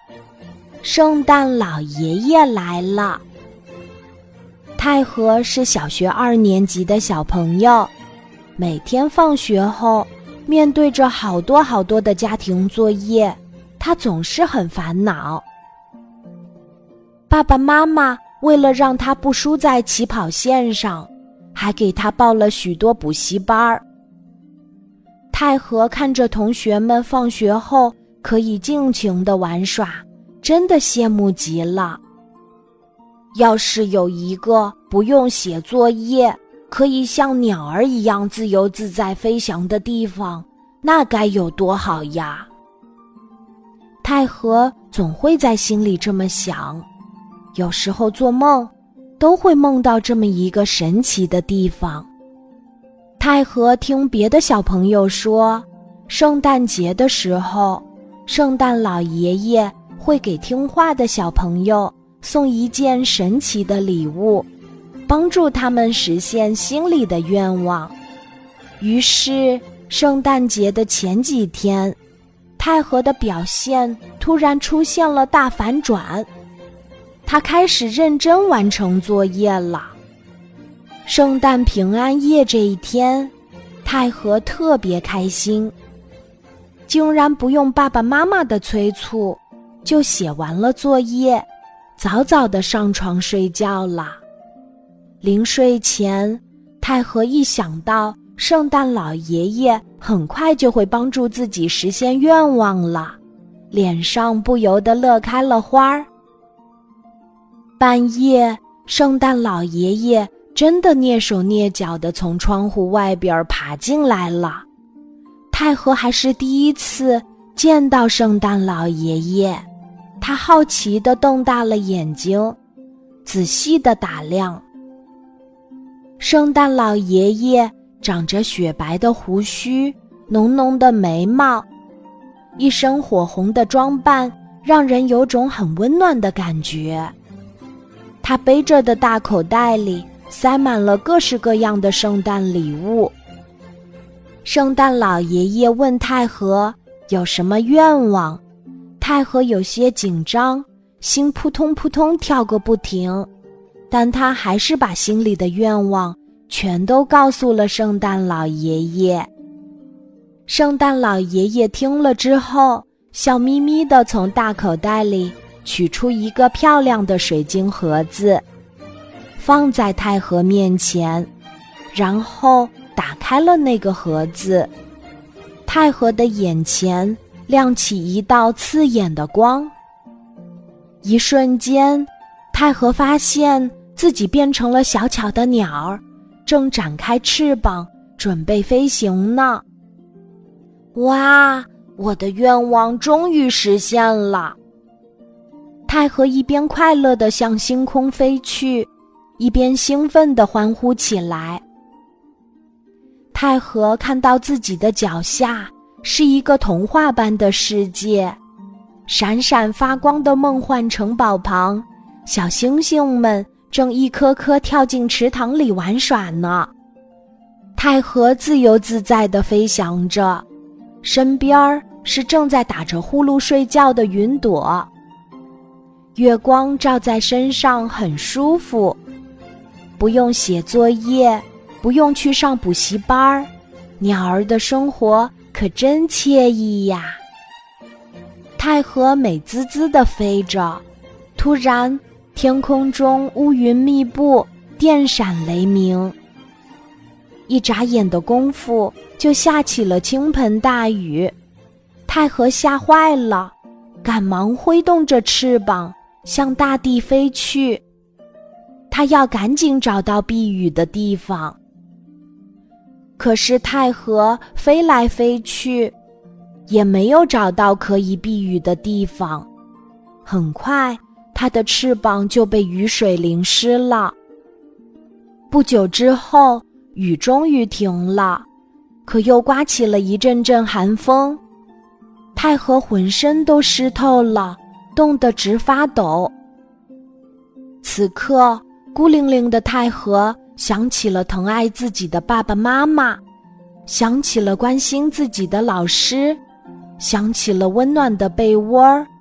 圣诞老爷爷来了。太和是小学2年级的小朋友，每天放学后，面对着好多的家庭作业，他总是很烦恼。爸爸妈妈为了让他不输在起跑线上，还给他报了许多补习班。太和看着同学们放学后可以尽情地玩耍，真的羡慕极了。要是有一个不用写作业，可以像鸟儿一样自由自在飞翔的地方，那该有多好呀！太和总会在心里这么想，有时候做梦都会梦到这么一个神奇的地方。太和听别的小朋友说，圣诞节的时候，圣诞老爷爷会给听话的小朋友送一件神奇的礼物，帮助他们实现心里的愿望。于是圣诞节的前几天，太和的表现突然出现了大反转，他开始认真完成作业了。圣诞平安夜这一天，太和特别开心，竟然不用爸爸妈妈的催促，就写完了作业，早早地上床睡觉了。临睡前，太和一想到圣诞老爷爷很快就会帮助自己实现愿望了，脸上不由得乐开了花儿。半夜，圣诞老爷爷真的蹑手蹑脚地从窗户外边爬进来了。太和还是第一次见到圣诞老爷爷，他好奇地瞪大了眼睛，仔细地打量。圣诞老爷爷长着雪白的胡须，浓浓的眉毛，一身火红的装扮让人有种很温暖的感觉。他背着的大口袋里塞满了各式各样的圣诞礼物。圣诞老爷爷问太和有什么愿望，太和有些紧张，心扑通扑通跳个不停，但他还是把心里的愿望全都告诉了圣诞老爷爷。圣诞老爷爷听了之后，笑眯眯地从大口袋里取出一个漂亮的水晶盒子，放在太和面前，然后打开了那个盒子。太和的眼前亮起一道刺眼的光，一瞬间，太和发现自己变成了小巧的鸟儿，正展开翅膀准备飞行呢。哇，我的愿望终于实现了！太和一边快乐地向星空飞去，一边兴奋地欢呼起来。太和看到自己的脚下是一个童话般的世界，闪闪发光的梦幻城堡旁，小星星们正一颗颗跳进池塘里玩耍呢。太和自由自在地飞翔着，身边是正在打着呼噜睡觉的云朵，月光照在身上很舒服，不用写作业，不用去上补习班，鸟儿的生活可真惬意呀。太和美滋滋地飞着，突然天空中乌云密布，电闪雷鸣，一眨眼的功夫就下起了倾盆大雨。太和吓坏了，赶忙挥动着翅膀向大地飞去，他要赶紧找到避雨的地方。可是太和飞来飞去，也没有找到可以避雨的地方。很快，他的翅膀就被雨水淋湿了。不久之后，雨终于停了，可又刮起了一阵阵寒风。太和浑身都湿透了，冻得直发抖。此刻，孤零零的太和想起了疼爱自己的爸爸妈妈，想起了关心自己的老师，想起了温暖的被窝，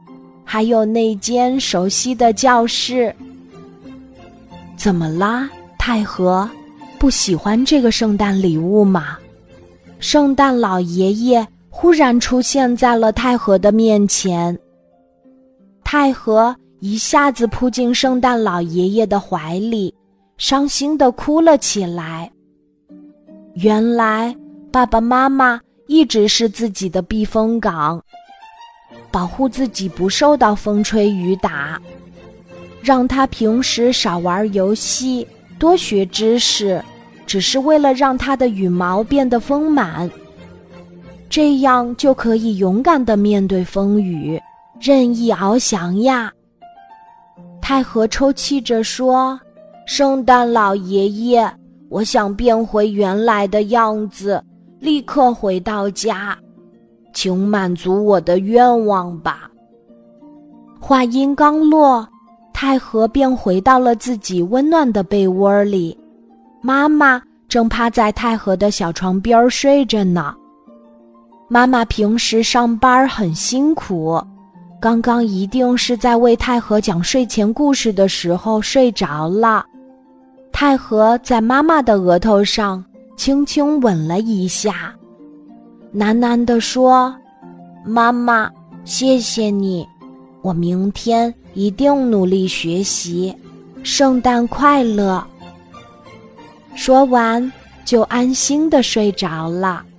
还有那间熟悉的教室。怎么啦，太和？不喜欢这个圣诞礼物吗？圣诞老爷爷忽然出现在了太和的面前。太和一下子扑进圣诞老爷爷的怀里，伤心地哭了起来。原来爸爸妈妈一直是自己的避风港，保护自己不受到风吹雨打，让他平时少玩游戏，多学知识，只是为了让他的羽毛变得丰满，这样就可以勇敢地面对风雨，任意翱翔呀。太和抽泣着说，圣诞老爷爷，我想变回原来的样子，立刻回到家，请满足我的愿望吧。话音刚落，太和便回到了自己温暖的被窝里，妈妈正趴在太和的小床边睡着呢。妈妈平时上班很辛苦，刚刚一定是在为太和讲睡前故事的时候睡着了。太和在妈妈的额头上轻轻吻了一下，喃喃地说，妈妈，谢谢你，我明天一定努力学习，圣诞快乐。说完就安心地睡着了。